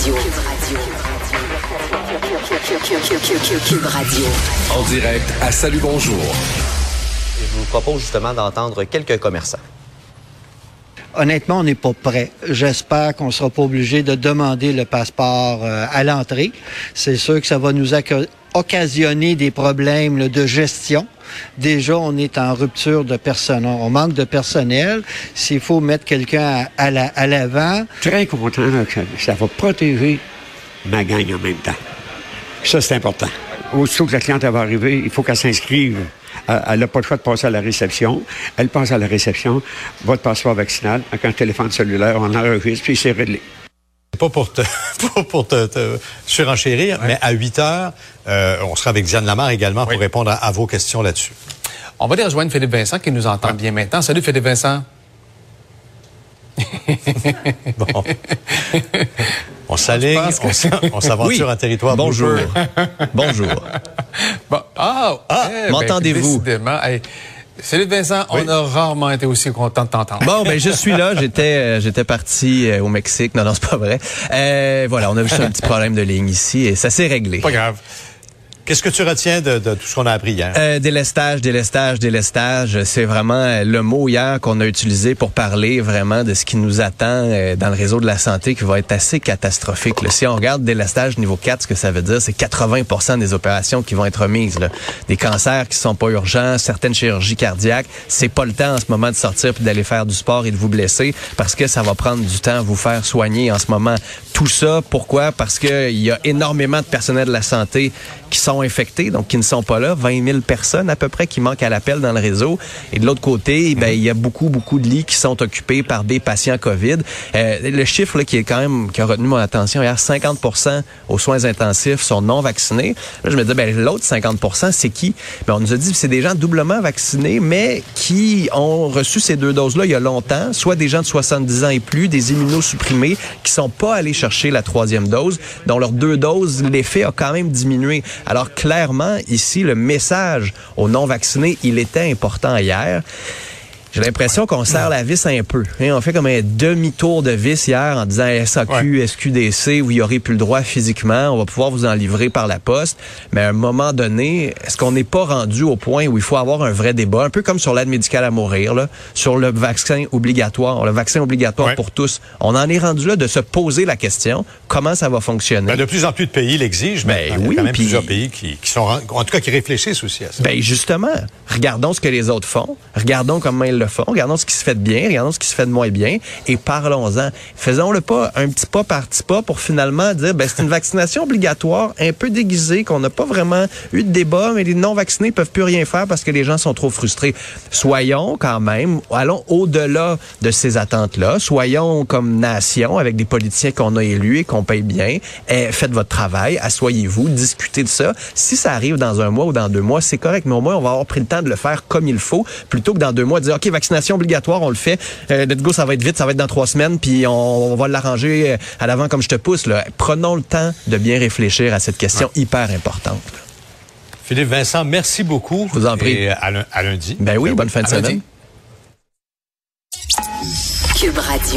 Radio. Cube Radio. En direct à Salut Bonjour. Je vous propose justement d'entendre quelques commerçants. Honnêtement, on n'est pas prêt. J'espère qu'on ne sera pas obligé de demander le passeport à l'entrée. C'est sûr que ça va nous occasionner des problèmes de gestion. Déjà, on est en rupture de personnel. On manque de personnel. S'il faut mettre quelqu'un à l'avant... Très content que ça va protéger ma gang en même temps. Ça, c'est important. Aussitôt que la cliente va arriver, il faut qu'elle s'inscrive. Elle n'a pas le choix de passer à la réception. Elle passe à la réception, votre passeport vaccinal, avec un téléphone cellulaire, on enregistre, puis c'est réglé. Pas pour te surenchérir, ouais. Mais à 8 heures, on sera avec Diane Lamar également pour répondre à vos questions là-dessus. On va aller rejoindre Philippe Vincent qui nous entend bien maintenant. Salut Philippe Vincent. Bon. On s'aligne, on s'aventure en territoire. Bonjour. Bonjour. Bon. M'entendez-vous? Décidément. Hey. Philippe Vincent, on a rarement été aussi content de t'entendre. Bon, ben je suis là. J'étais parti au Mexique. Non, c'est pas vrai. Voilà, on a juste un petit problème de ligne ici et ça s'est réglé. Pas grave. Qu'est-ce que tu retiens de tout ce qu'on a appris hier? Délestage. C'est vraiment le mot hier qu'on a utilisé pour parler vraiment de ce qui nous attend dans le réseau de la santé qui va être assez catastrophique. Là. Si on regarde délestage niveau 4, ce que ça veut dire, c'est 80% des opérations qui vont être remises. Là. Des cancers qui sont pas urgents, certaines chirurgies cardiaques. C'est pas le temps en ce moment de sortir puis d'aller faire du sport et de vous blesser parce que ça va prendre du temps à vous faire soigner en ce moment. Tout ça, pourquoi? Parce que il y a énormément de personnel de la santé qui sont infectés, donc qui ne sont pas là. 20 000 personnes à peu près qui manquent à l'appel dans le réseau. Et de l'autre côté, ben il y a beaucoup de lits qui sont occupés par des patients COVID. Le chiffre là, qui a retenu mon attention hier, 50% aux soins intensifs sont non vaccinés. Là, je me dis, l'autre 50%, c'est qui? On nous a dit que c'est des gens doublement vaccinés, mais qui ont reçu ces 2 doses-là il y a longtemps, soit des gens de 70 ans et plus, des immunosupprimés qui sont pas allés chercher la 3e dose, dont leurs 2 doses, l'effet a quand même diminué. Alors, clairement, ici, le message aux non-vaccinés, il était important hier. J'ai l'impression qu'on serre la vis un peu. On fait comme un demi-tour de vis hier en disant SAQ, SQDC, vous y aurez plus le droit physiquement, on va pouvoir vous en livrer par la poste. Mais à un moment donné, est-ce qu'on n'est pas rendu au point où il faut avoir un vrai débat, un peu comme sur l'aide médicale à mourir, là, sur le vaccin obligatoire, pour tous. On en est rendu là de se poser la question, comment ça va fonctionner? De plus en plus de pays l'exigent, mais il y a quand même plusieurs pays qui sont, en tout cas, qui réfléchissent aussi à ça. Justement, regardons ce que les autres font, regardons comment ils le font, regardons ce qui se fait de bien, regardons ce qui se fait de moins bien et parlons-en. Faisons-le pas un petit pas par petit pas pour finalement dire c'est une vaccination obligatoire un peu déguisée, qu'on n'a pas vraiment eu de débat, mais les non-vaccinés peuvent plus rien faire parce que les gens sont trop frustrés. Soyons quand même, allons au-delà de ces attentes-là, soyons comme nation avec des politiciens qu'on a élus et qu'on paye bien, faites votre travail, asseyez-vous, discutez de ça. Si ça arrive dans 1 mois ou dans 2 mois, c'est correct, mais au moins on va avoir pris le temps de le faire comme il faut, plutôt que dans 2 mois dire OK, vaccination obligatoire, on le fait. Let's go, ça va être vite, ça va être dans 3 semaines, puis on va l'arranger à l'avant comme je te pousse. Là. Prenons le temps de bien réfléchir à cette question hyper importante. Philippe Vincent, merci beaucoup. Je vous en prie. Et à lundi. Oui, bonne fin de semaine. Cube Radio.